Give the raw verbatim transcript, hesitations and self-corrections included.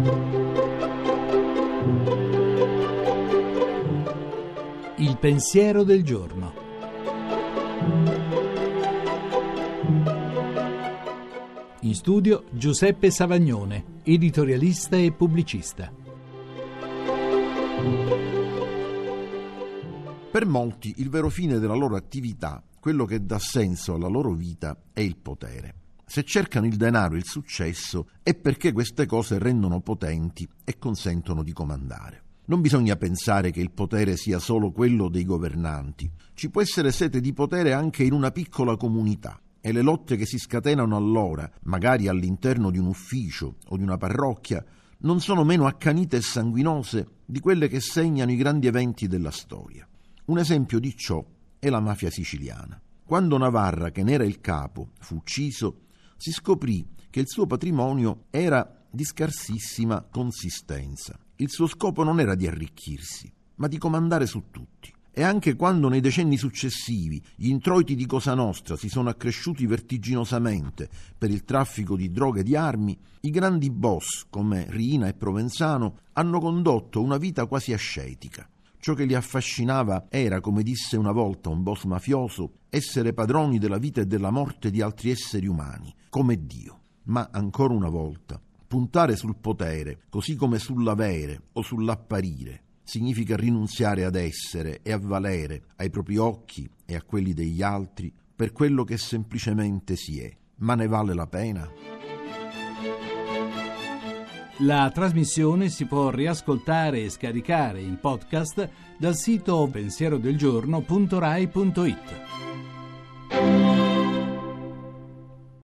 Il pensiero del giorno. In studio Giuseppe Savagnone, editorialista e pubblicista. Per molti il vero fine della loro attività, quello che dà senso alla loro vita, è il potere. Se cercano il denaro e il successo è perché queste cose rendono potenti e consentono di comandare. Non bisogna pensare che il potere sia solo quello dei governanti. Ci può essere sete di potere anche in una piccola comunità e le lotte che si scatenano allora, magari all'interno di un ufficio o di una parrocchia, non sono meno accanite e sanguinose di quelle che segnano i grandi eventi della storia. Un esempio di ciò è la mafia siciliana. Quando Navarra, che ne era il capo, fu ucciso, si scoprì che il suo patrimonio era di scarsissima consistenza. Il suo scopo non era di arricchirsi, ma di comandare su tutti. E anche quando nei decenni successivi gli introiti di Cosa Nostra si sono accresciuti vertiginosamente per il traffico di droghe e di armi, i grandi boss come Riina e Provenzano hanno condotto una vita quasi ascetica. Ciò che li affascinava era, come disse una volta un boss mafioso, essere padroni della vita e della morte di altri esseri umani, come Dio. Ma ancora una volta, puntare sul potere, così come sull'avere o sull'apparire, significa rinunziare ad essere e a valere ai propri occhi e a quelli degli altri per quello che semplicemente si è. Ma ne vale la pena? La trasmissione si può riascoltare e scaricare in podcast dal sito pensierodelgiorno punto rai punto it.